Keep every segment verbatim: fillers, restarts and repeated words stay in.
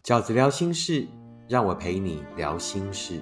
饺子聊心事，让我陪你聊心事。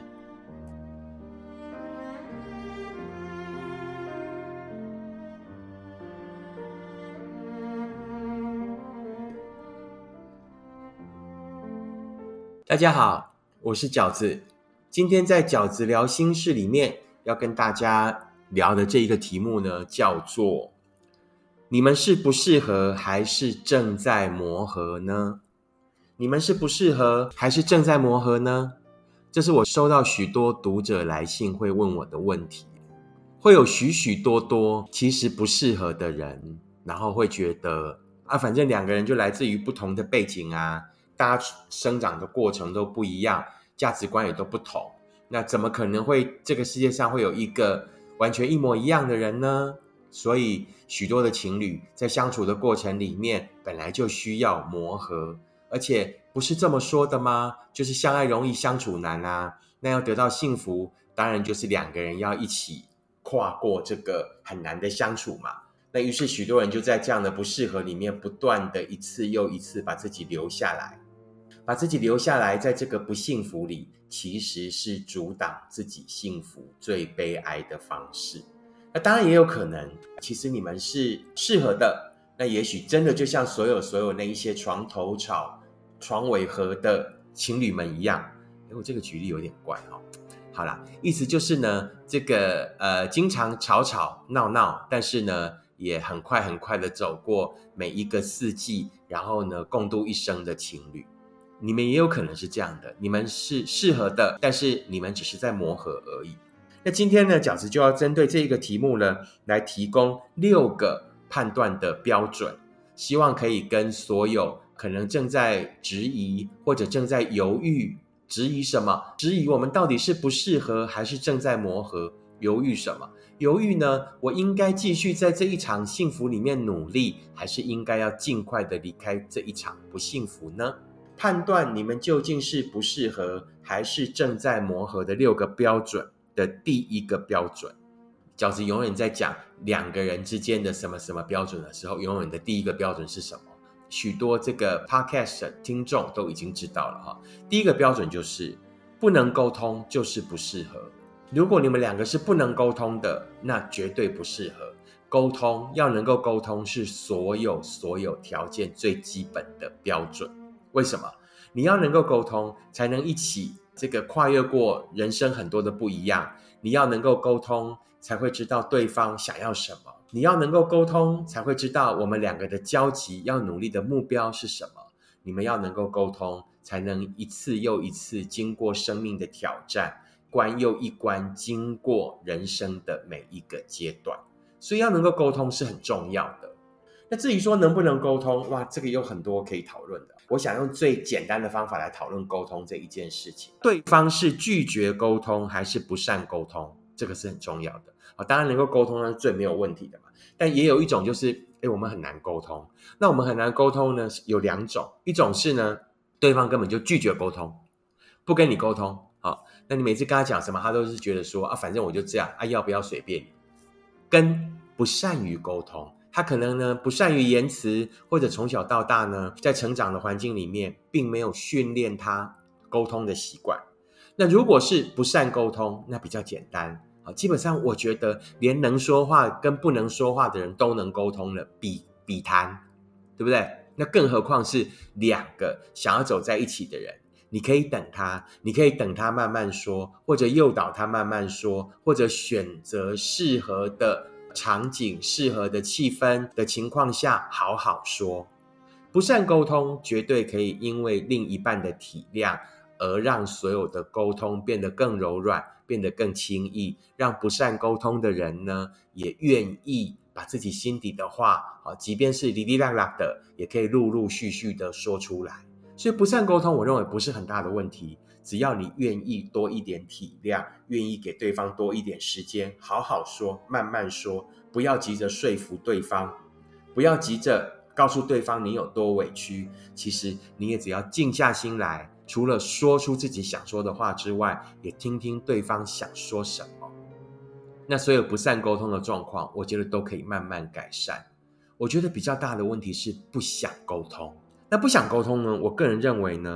大家好，我是饺子。今天在饺子聊心事里面要跟大家聊的这一个题目呢，叫做你们是不适合还是正在磨合呢？你们是不适合还是正在磨合呢？这是我收到许多读者来信会问我的问题。会有许许多多其实不适合的人，然后会觉得啊，反正两个人就来自于不同的背景啊，大家生长的过程都不一样，价值观也都不同，那怎么可能会这个世界上会有一个完全一模一样的人呢？所以许多的情侣在相处的过程里面本来就需要磨合，而且不是这么说的吗？就是相爱容易相处难啊，那要得到幸福当然就是两个人要一起跨过这个很难的相处嘛。那于是许多人就在这样的不适合里面不断的一次又一次把自己留下来，把自己留下来，在这个不幸福里其实是阻挡自己幸福最悲哀的方式。那当然也有可能其实你们是适合的，那也许真的就像所有所有那一些床头吵床尾和的情侣们一样。我这个举例有点怪哦。好啦，意思就是呢，这个呃经常吵吵闹闹，但是呢也很快很快的走过每一个四季，然后呢共度一生的情侣。你们也有可能是这样的，你们是适合的，但是你们只是在磨合而已。那今天呢，饺子就要针对这个题目呢，来提供六个判断的标准，希望可以跟所有可能正在质疑或者正在犹豫，质疑什么？质疑我们到底是不适合还是正在磨合？犹豫什么？犹豫呢，我应该继续在这一场幸福里面努力，还是应该要尽快的离开这一场不幸福呢？判断你们究竟是不适合还是正在磨合的六个标准的第一个标准，饺子永远在讲两个人之间的什么什么标准的时候，永远的第一个标准是什么？许多这个 podcast 的听众都已经知道了哈。第一个标准就是不能沟通就是不适合。如果你们两个是不能沟通的，那绝对不适合。沟通要能够沟通是所有所有条件最基本的标准。为什么？你要能够沟通才能一起这个跨越过人生很多的不一样，你要能够沟通才会知道对方想要什么，你要能够沟通才会知道我们两个的交集要努力的目标是什么，你们要能够沟通才能一次又一次经过生命的挑战，关又一关经过人生的每一个阶段，所以要能够沟通是很重要的。那至于说能不能沟通，哇，这个有很多可以讨论的。我想用最简单的方法来讨论沟通这一件事情。对方是拒绝沟通还是不善沟通，这个是很重要的。当然能够沟通是最没有问题的嘛，但也有一种就是诶我们很难沟通。那我们很难沟通呢，有两种，一种是呢对方根本就拒绝沟通，不跟你沟通。好，那你每次跟他讲什么，他都是觉得说啊，反正我就这样啊，要不要随便你。跟不善于沟通，他可能呢不善于言辞，或者从小到大呢在成长的环境里面并没有训练他沟通的习惯。那如果是不善沟通，那比较简单，基本上我觉得连能说话跟不能说话的人都能沟通了，比比谈，对不对？那更何况是两个想要走在一起的人，你可以等他，你可以等他慢慢说，或者诱导他慢慢说，或者选择适合的场景、适合的气氛的情况下好好说。不善沟通绝对可以因为另一半的体谅而让所有的沟通变得更柔软，变得更轻易，让不善沟通的人呢也愿意把自己心底的话，即便是哩哩啦啦的，也可以陆陆续续的说出来。所以不善沟通我认为不是很大的问题，只要你愿意多一点体谅，愿意给对方多一点时间，好好说，慢慢说，不要急着说服对方，不要急着告诉对方你有多委屈，其实你也只要静下心来，除了说出自己想说的话之外，也听听对方想说什么。那所有不善沟通的状况，我觉得都可以慢慢改善。我觉得比较大的问题是不想沟通。那不想沟通呢，我个人认为呢，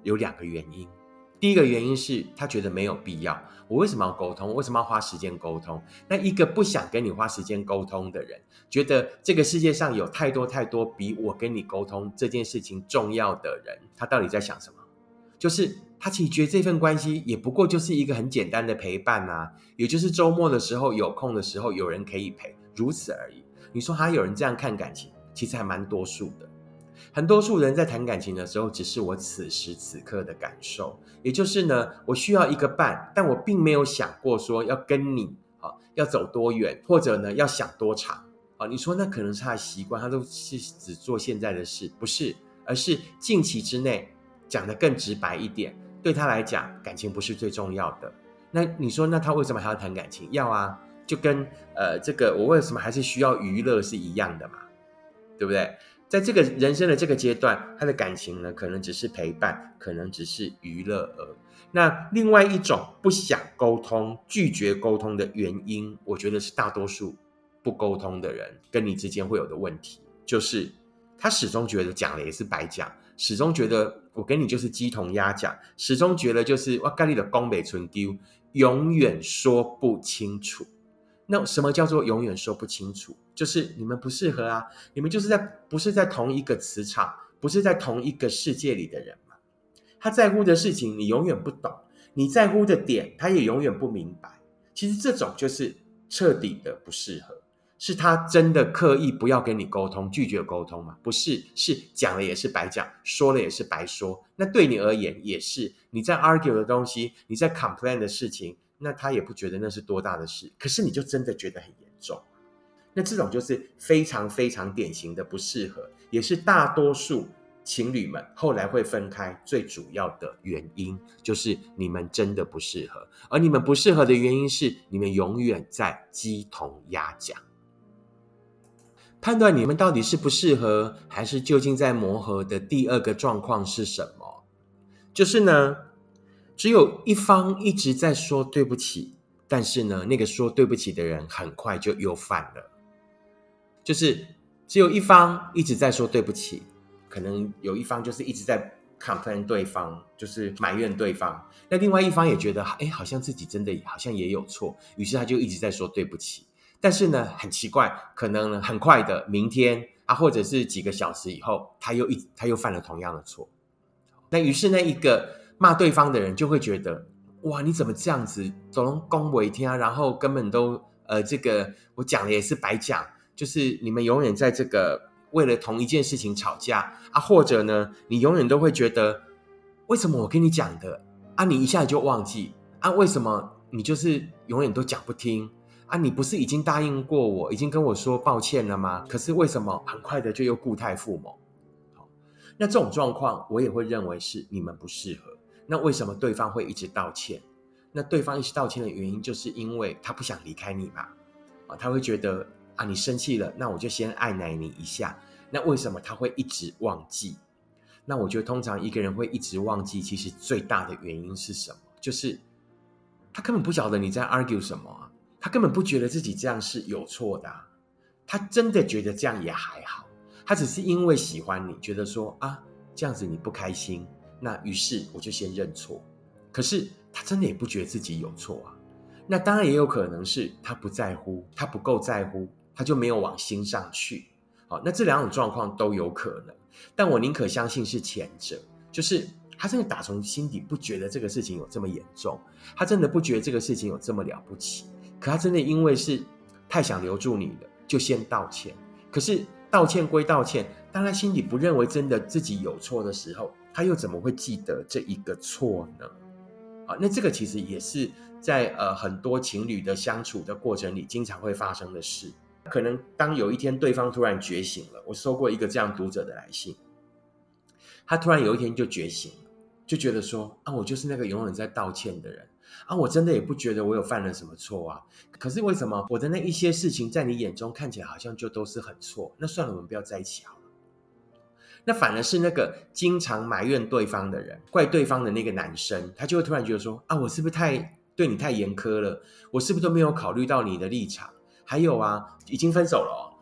有两个原因。第一个原因是他觉得没有必要，我为什么要沟通？我为什么要花时间沟通？那一个不想跟你花时间沟通的人，觉得这个世界上有太多太多比我跟你沟通这件事情重要的人，他到底在想什么？就是他其实觉得这份关系也不过就是一个很简单的陪伴啊，也就是周末的时候有空的时候有人可以陪，如此而已。你说还有人这样看感情，其实还蛮多数的。很多数人在谈感情的时候，只是我此时此刻的感受，也就是呢，我需要一个伴，但我并没有想过说要跟你、啊、要走多远，或者呢要想多长、啊、你说那可能是他的习惯，他都是只做现在的事，不是，而是近期之内，讲得更直白一点，对他来讲，感情不是最重要的。那你说，那他为什么还要谈感情？要啊，就跟呃这个我为什么还是需要娱乐是一样的嘛，对不对？在这个人生的这个阶段，他的感情呢，可能只是陪伴，可能只是娱乐而。那另外一种不想沟通、拒绝沟通的原因，我觉得是大多数不沟通的人跟你之间会有的问题，就是他始终觉得讲了也是白讲，始终觉得我跟你就是鸡同鸭讲，始终觉得就是我跟你的讲不出丢，永远说不清楚。那什么叫做永远说不清楚？就是你们不适合啊，你们就是在不是在同一个磁场，不是在同一个世界里的人嘛。他在乎的事情你永远不懂，你在乎的点他也永远不明白。其实这种就是彻底的不适合，是他真的刻意不要跟你沟通，拒绝沟通吗？不是，是讲了也是白讲，说了也是白说。那对你而言也是，你在 argue 的东西，你在 complain 的事情，那他也不觉得那是多大的事，可是你就真的觉得很严重。那这种就是非常非常典型的不适合，也是大多数情侣们后来会分开最主要的原因，就是你们真的不适合。而你们不适合的原因是你们永远在鸡同鸭讲。判断你们到底是不适合还是究竟在磨合的第二个状况是什么？就是呢，只有一方一直在说对不起，但是呢，那个说对不起的人很快就又犯了。就是只有一方一直在说对不起，可能有一方就是一直在 complain 对方，就是埋怨对方，那另外一方也觉得哎，好像自己真的好像也有错，于是他就一直在说对不起。但是呢，很奇怪，可能呢很快的明天啊，或者是几个小时以后，他又一他又犯了同样的错。那于是那一个骂对方的人就会觉得，哇，你怎么这样子，总能恭维天啊，然后根本都呃这个我讲的也是白讲，就是你们永远在这个为了同一件事情吵架啊，或者呢，你永远都会觉得，为什么我跟你讲的啊，你一下就忘记啊？为什么你就是永远都讲不听啊？你不是已经答应过我，已经跟我说抱歉了吗？可是为什么很快的就又故态复萌？那这种状况，我也会认为是你们不适合。那为什么对方会一直道歉？那对方一直道歉的原因，就是因为他不想离开你嘛。啊，他会觉得啊，你生气了，那我就先爱奶你一下。那为什么他会一直忘记？那我觉得通常一个人会一直忘记，其实最大的原因是什么？就是他根本不晓得你在 argue 什么啊，他根本不觉得自己这样是有错的啊，他真的觉得这样也还好。他只是因为喜欢你，觉得说啊，这样子你不开心，那于是我就先认错。可是他真的也不觉得自己有错啊。那当然也有可能是他不在乎，他不够在乎，他就没有往心上去。好，那这两种状况都有可能，但我宁可相信是前者，就是他真的打从心底不觉得这个事情有这么严重，他真的不觉得这个事情有这么了不起，可他真的因为是太想留住你了，就先道歉。可是道歉归道歉，当他心里不认为真的自己有错的时候，他又怎么会记得这一个错呢？好，那这个其实也是在呃很多情侣的相处的过程里经常会发生的事。可能当有一天对方突然觉醒了，我收过一个这样读者的来信，他突然有一天就觉醒了，就觉得说啊，我就是那个永远在道歉的人啊，我真的也不觉得我有犯了什么错啊，可是为什么我的那一些事情在你眼中看起来好像就都是很错？那算了，我们不要在一起好了。那反而是那个经常埋怨对方的人，怪对方的那个男生，他就会突然觉得说啊，我是不是太对你太严苛了？我是不是都没有考虑到你的立场？还有啊，已经分手了哦，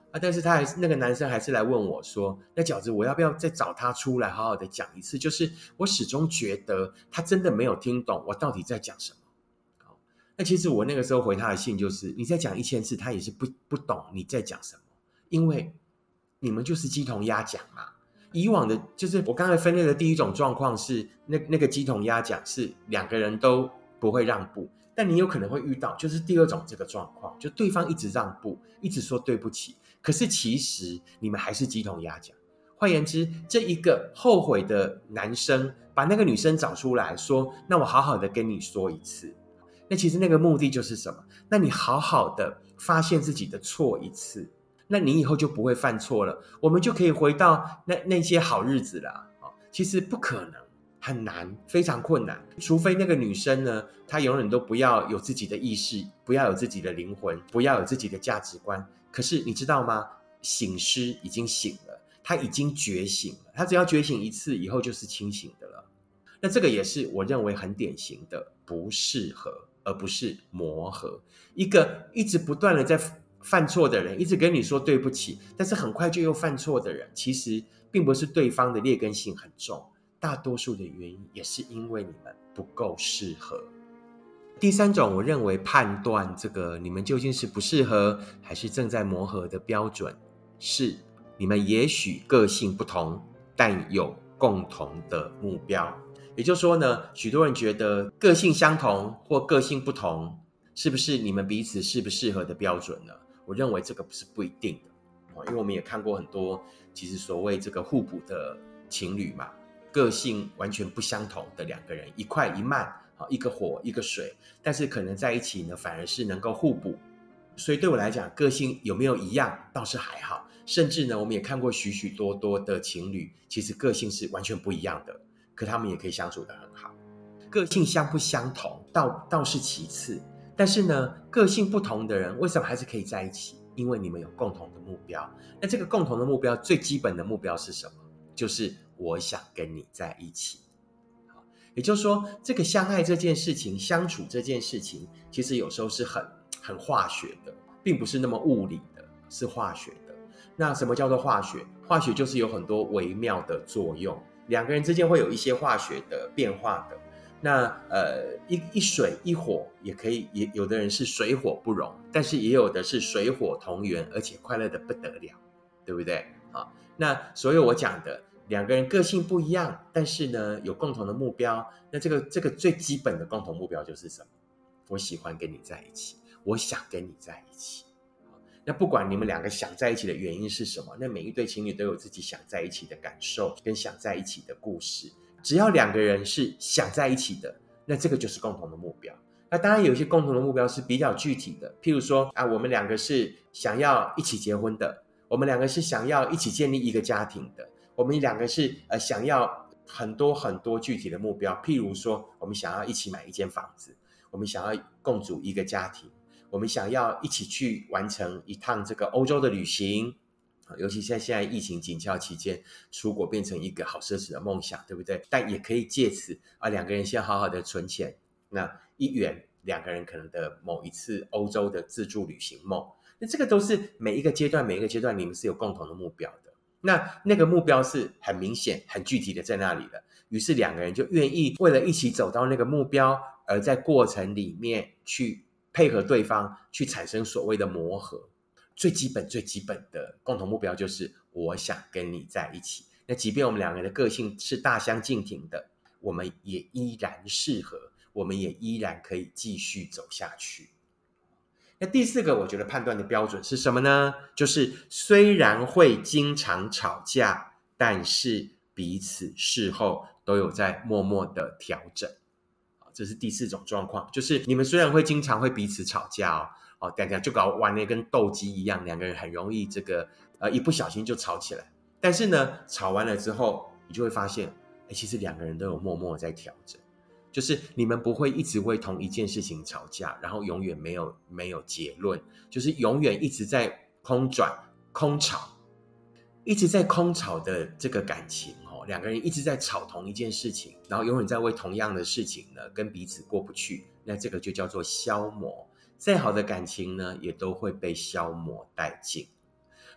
啊，但是他还是那个男生还是来问我说，那饺子我要不要再找他出来好好的讲一次，就是我始终觉得他真的没有听懂我到底在讲什么。那其实我那个时候回他的信就是，你再讲一千次他也是不不懂你在讲什么，因为你们就是鸡同鸭讲嘛。以往的就是我刚才分类的第一种状况是那那个鸡同鸭讲是两个人都不会让步，但你有可能会遇到就是第二种这个状况，就对方一直让步，一直说对不起，可是其实你们还是鸡同鸭讲。换言之，这一个后悔的男生把那个女生找出来说，那我好好的跟你说一次，那其实那个目的就是什么？那你好好的发现自己的错一次，那你以后就不会犯错了，我们就可以回到那那些好日子了。其实不可能，很难，非常困难，除非那个女生呢，她永远都不要有自己的意识，不要有自己的灵魂，不要有自己的价值观。可是你知道吗？醒狮已经醒了，他已经觉醒了，他只要觉醒一次以后就是清醒的了。那这个也是我认为很典型的不适合，而不是磨合。一个一直不断的在犯错的人，一直跟你说对不起，但是很快就又犯错的人，其实并不是对方的劣根性很重，大多数的原因也是因为你们不够适合。第三种，我认为判断这个你们究竟是不适合还是正在磨合的标准，是你们也许个性不同，但有共同的目标。也就是说呢，许多人觉得个性相同或个性不同，是不是你们彼此适不适合的标准呢？我认为这个不是不一定的，因为我们也看过很多其实所谓这个互补的情侣嘛，个性完全不相同的两个人，一快一慢，一个火一个水，但是可能在一起呢，反而是能够互补。所以对我来讲，个性有没有一样倒是还好，甚至呢，我们也看过许许多多的情侣，其实个性是完全不一样的，可他们也可以相处得很好。个性相不相同倒倒是其次，但是呢，个性不同的人为什么还是可以在一起？因为你们有共同的目标。那这个共同的目标，最基本的目标是什么？就是我想跟你在一起。也就是说，这个相爱这件事情，相处这件事情，其实有时候是很很化学的，并不是那么物理的，是化学的。那什么叫做化学？化学就是有很多微妙的作用，两个人之间会有一些化学的变化的。那呃，一一水一火也可以，也有的人是水火不容，但是也有的是水火同源，而且快乐的不得了，对不对？好，那所有我讲的两个人个性不一样，但是呢有共同的目标，那这个这个最基本的共同目标就是什么？我喜欢跟你在一起，我想跟你在一起。那不管你们两个想在一起的原因是什么，那每一对情侣都有自己想在一起的感受跟想在一起的故事。只要两个人是想在一起的，那这个就是共同的目标。那当然有一些共同的目标是比较具体的，譬如说啊，我们两个是想要一起结婚的，我们两个是想要一起建立一个家庭的，我们两个是呃想要很多很多具体的目标，譬如说我们想要一起买一间房子，我们想要共组一个家庭，我们想要一起去完成一趟这个欧洲的旅行，尤其在现在疫情紧俏期间，出国变成一个好奢侈的梦想，对不对？但也可以借此啊，两个人先好好的存钱，那一圆两个人可能的某一次欧洲的自助旅行梦。那这个都是每一个阶段每一个阶段你们是有共同的目标的，那那个目标是很明显很具体的在那里的，于是两个人就愿意为了一起走到那个目标，而在过程里面去配合对方，去产生所谓的磨合。最基本最基本的共同目标就是我想跟你在一起。那即便我们两个人的个性是大相径庭的，我们也依然适合，我们也依然可以继续走下去。那第四个我觉得判断的标准是什么呢？就是虽然会经常吵架，但是彼此事后都有在默默的调整。这是第四种状况，就是你们虽然会经常会彼此吵架哦，哦，两个就搞玩的跟斗鸡一样，两个人很容易这个呃一不小心就吵起来。但是呢，吵完了之后，你就会发现，哎，其实两个人都有默默在调整，就是你们不会一直为同一件事情吵架，然后永远没有没有结论，就是永远一直在空转空吵，一直在空吵的这个感情哦，两个人一直在吵同一件事情，然后永远在为同样的事情呢跟彼此过不去，那这个就叫做消磨。再好的感情呢，也都会被消磨殆尽。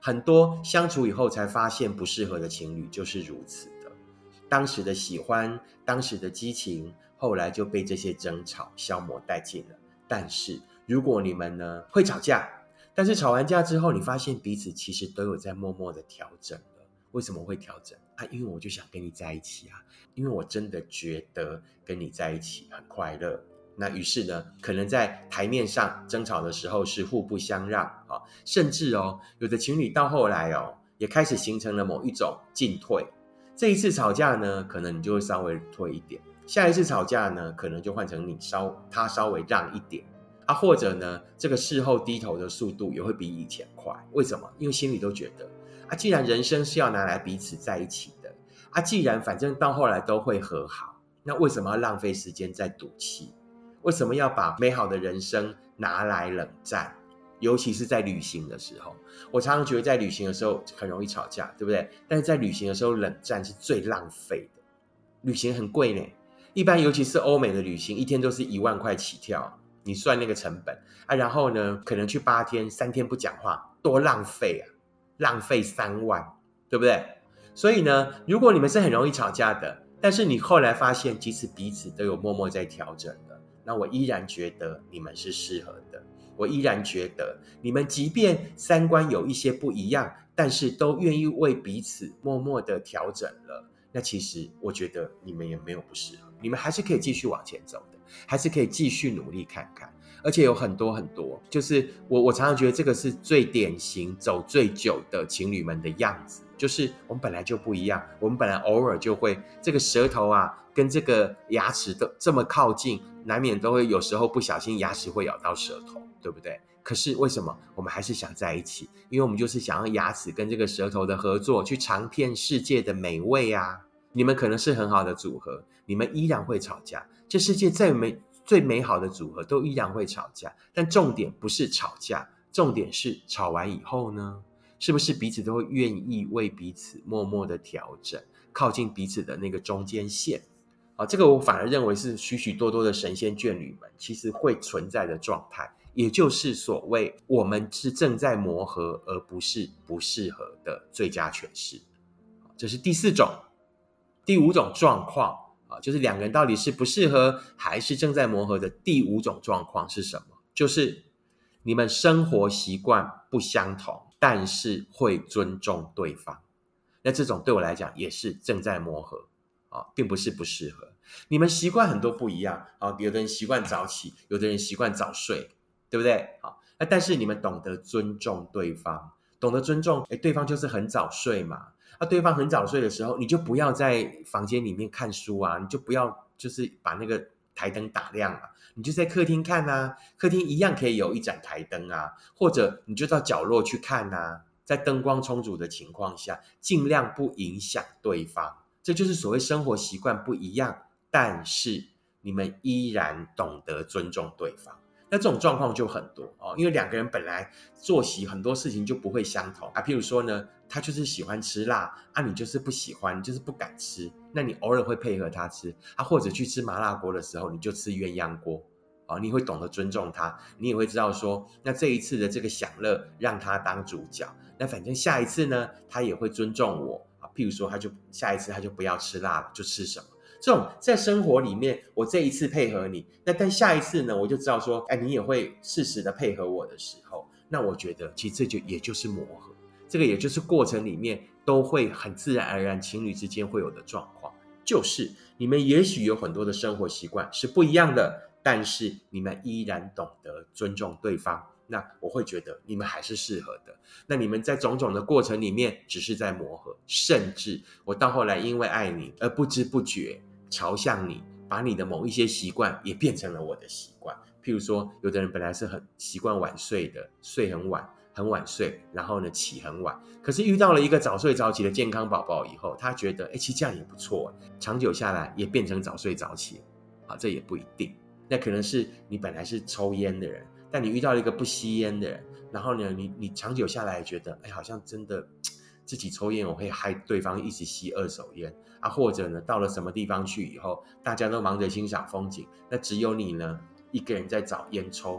很多相处以后才发现不适合的情侣就是如此的，当时的喜欢，当时的激情，后来就被这些争吵消磨殆尽了。但是如果你们呢会吵架，但是吵完架之后你发现彼此其实都有在默默的调整了。为什么会调整啊？因为我就想跟你在一起啊，因为我真的觉得跟你在一起很快乐。那于是呢，可能在台面上争吵的时候是互不相让啊，甚至哦，有的情侣到后来哦，也开始形成了某一种进退。这一次吵架呢，可能你就会稍微退一点；下一次吵架呢，可能就换成你稍他稍微让一点啊，或者呢，这个事后低头的速度也会比以前快。为什么？因为心里都觉得啊，既然人生是要拿来彼此在一起的啊，既然反正到后来都会和好，那为什么要浪费时间在赌气？为什么要把美好的人生拿来冷战？尤其是在旅行的时候，我常常觉得在旅行的时候很容易吵架，对不对？但是在旅行的时候冷战是最浪费的。旅行很贵呢，一般尤其是欧美的旅行，一天都是一万块起跳，你算那个成本啊，然后呢，可能去八天，三天不讲话，多浪费啊，浪费三万，对不对？所以呢，如果你们是很容易吵架的，但是你后来发现，即使彼此都有默默在调整的，那我依然觉得你们是适合的。我依然觉得你们即便三观有一些不一样，但是都愿意为彼此默默的调整了，那其实我觉得你们也没有不适合，你们还是可以继续往前走的，还是可以继续努力看看。而且有很多很多，就是我我常常觉得这个是最典型走最久的情侣们的样子，就是我们本来就不一样，我们本来偶尔就会这个舌头啊跟这个牙齿都这么靠近，难免都会有时候不小心牙齿会咬到舌头，对不对？可是为什么我们还是想在一起？因为我们就是想要牙齿跟这个舌头的合作，去尝遍世界的美味啊！你们可能是很好的组合，你们依然会吵架。这世界再美最美好的组合都依然会吵架，但重点不是吵架，重点是吵完以后呢，是不是彼此都会愿意为彼此默默的调整，靠近彼此的那个中间线？啊，这个我反而认为是许许多多的神仙眷侣们其实会存在的状态，也就是所谓我们是正在磨合，而不是不适合的最佳诠释。这是第四种。第五种状况啊，就是两个人到底是不适合还是正在磨合的第五种状况是什么？就是你们生活习惯不相同，但是会尊重对方。那这种对我来讲也是正在磨合啊，并不是不适合。你们习惯很多不一样啊，有的人习惯早起，有的人习惯早睡，对不对？好，那但是你们懂得尊重对方，懂得尊重，诶，对方就是很早睡嘛。那、啊、对方很早睡的时候，你就不要在房间里面看书啊，你就不要就是把那个台灯打亮啊，你就在客厅看啊，客厅一样可以有一盏台灯啊，或者你就到角落去看啊，在灯光充足的情况下，尽量不影响对方。这就是所谓生活习惯不一样，但是你们依然懂得尊重对方。那这种状况就很多哦，因为两个人本来作息很多事情就不会相同啊。譬如说呢，他就是喜欢吃辣啊，你就是不喜欢，你就是不敢吃，那你偶尔会配合他吃啊，或者去吃麻辣锅的时候，你就吃鸳鸯锅啊，你会懂得尊重他，你也会知道说，那这一次的这个享乐让他当主角，那反正下一次呢，他也会尊重我啊。譬如说，他就下一次他就不要吃辣了，就吃什么。这种在生活里面，我这一次配合你，那但下一次呢，我就知道说，哎，你也会适时的配合我的时候，那我觉得其实这就也就是磨合，这个也就是过程里面都会很自然而然情侣之间会有的状况，就是你们也许有很多的生活习惯是不一样的，但是你们依然懂得尊重对方，那我会觉得你们还是适合的。那你们在种种的过程里面只是在磨合，甚至我到后来因为爱你而不知不觉朝向你，把你的某一些习惯也变成了我的习惯。譬如说，有的人本来是很习惯晚睡的，睡很晚，很晚睡，然后呢起很晚。可是遇到了一个早睡早起的健康宝宝以后，他觉得，哎，其实这样也不错，长久下来也变成早睡早起。好，这也不一定。那可能是你本来是抽烟的人，但你遇到了一个不吸烟的人，然后呢，你你长久下来觉得，哎，好像真的自己抽烟，我会害对方一直吸二手烟啊，或者呢，到了什么地方去以后，大家都忙着欣赏风景，那只有你呢一个人在找烟抽，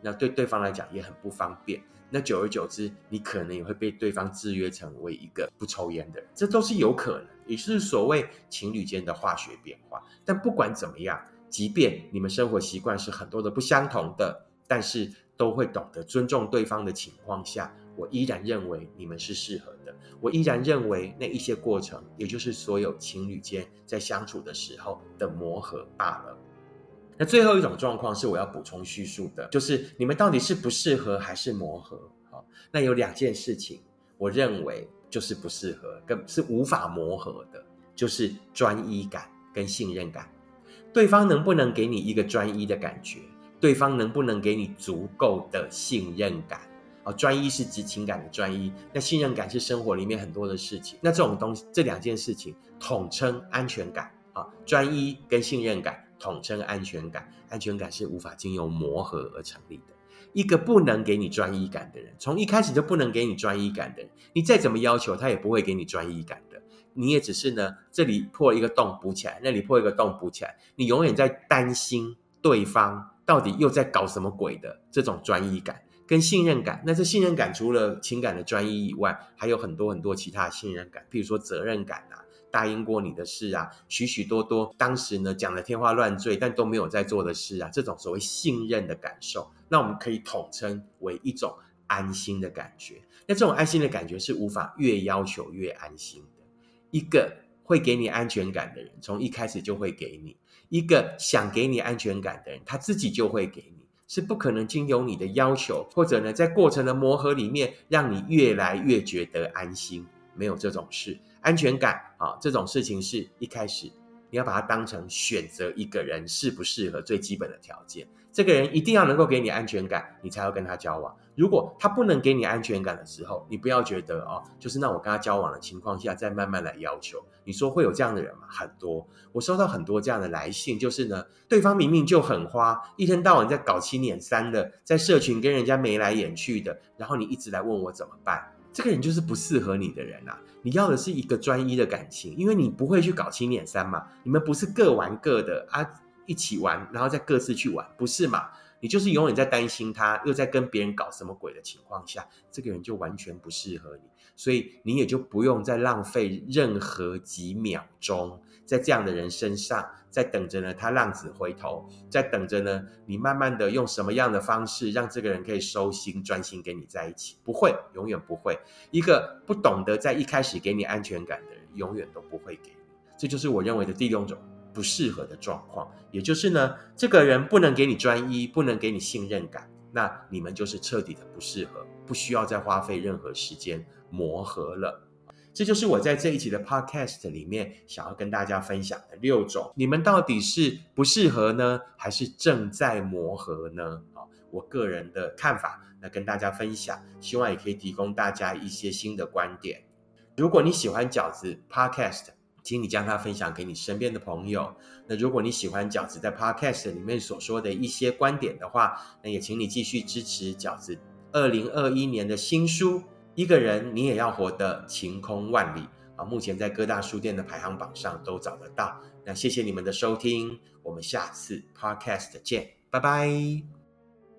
那对对方来讲也很不方便。那久而久之，你可能也会被对方制约成为一个不抽烟的人，这都是有可能，也是所谓情侣间的化学变化。但不管怎么样，即便你们生活习惯是很多的不相同的，但是都会懂得尊重对方的情况下，我依然认为你们是适合的。我依然认为那一些过程，也就是所有情侣间在相处的时候的磨合罢了。那最后一种状况是我要补充叙述的，就是你们到底是不适合还是磨合？好，那有两件事情，我认为就是不适合，跟是无法磨合的，就是专一感跟信任感。对方能不能给你一个专一的感觉？对方能不能给你足够的信任感？哦，专一是指情感的专一，那信任感是生活里面很多的事情。那这种东西，这两件事情统称安全感啊，专一跟信任感统称安全感。安全感是无法经由磨合而成立的。一个不能给你专一感的人，从一开始就不能给你专一感的人，你再怎么要求，他也不会给你专一感的。你也只是呢，这里破一个洞补起来，那里破一个洞补起来，你永远在担心对方到底又在搞什么鬼的这种专一感跟信任感。那这信任感除了情感的专一以外，还有很多很多其他的信任感，譬如说责任感啊，答应过你的事啊，许许多多当时呢讲的天花乱坠但都没有在做的事啊，这种所谓信任的感受，那我们可以统称为一种安心的感觉。那这种安心的感觉是无法越要求越安心的。一个会给你安全感的人，从一开始就会给你；一个想给你安全感的人，他自己就会给你，是不可能经由你的要求，或者呢在过程的磨合里面，让你越来越觉得安心。没有这种事。安全感啊，这种事情是一开始你要把它当成选择一个人适不适合最基本的条件。这个人一定要能够给你安全感，你才要跟他交往。如果他不能给你安全感的时候，你不要觉得哦，就是那我跟他交往的情况下再慢慢来要求。你说会有这样的人吗？很多，我收到很多这样的来信，就是呢，对方明明就很花，一天到晚在搞七捻三的，在社群跟人家眉来眼去的，然后你一直来问我怎么办。这个人就是不适合你的人啊！你要的是一个专一的感情，因为你不会去搞七捻三嘛，你们不是各玩各的啊，一起玩，然后再各自去玩，不是嘛？你就是永远在担心他又在跟别人搞什么鬼的情况下，这个人就完全不适合你，所以你也就不用再浪费任何几秒钟在这样的人身上，在等着呢他浪子回头，在等着呢你慢慢的用什么样的方式让这个人可以收心专心跟你在一起。不会，永远不会。一个不懂得在一开始给你安全感的人，永远都不会给你。这就是我认为的第六种不适合的状况，也就是呢，这个人不能给你专一，不能给你信任感，那你们就是彻底的不适合，不需要再花费任何时间磨合了。这就是我在这一期的 podcast 里面想要跟大家分享的六种，你们到底是不适合呢，还是正在磨合呢？我个人的看法，那跟大家分享，希望也可以提供大家一些新的观点。如果你喜欢饺子 podcast，请你将它分享给你身边的朋友。那如果你喜欢饺子在 podcast 里面所说的一些观点的话，那也请你继续支持饺子二零二一年的新书《一个人你也要活得晴空万里》啊，目前在各大书店的排行榜上都找得到。那谢谢你们的收听，我们下次 podcast 见，拜拜。